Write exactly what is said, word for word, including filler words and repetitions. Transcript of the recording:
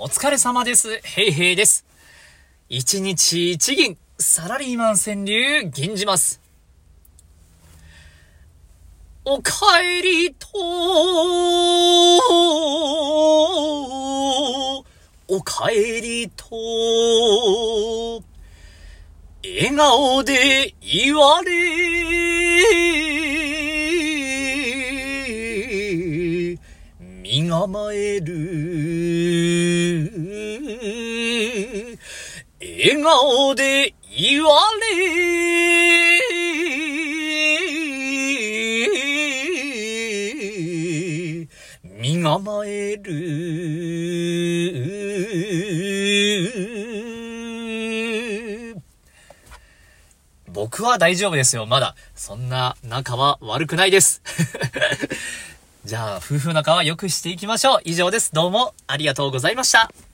お疲れ様です。ヘイヘイです。一日一銀、サラリーマン川柳、銀じます。おかえりと、おかえりと、笑顔で言われ、身構える。笑顔で言われ、身構える。僕は大丈夫ですよ。まだそんな仲は悪くないですじゃあ夫婦仲は良くしていきましょう。以上です。どうもありがとうございました。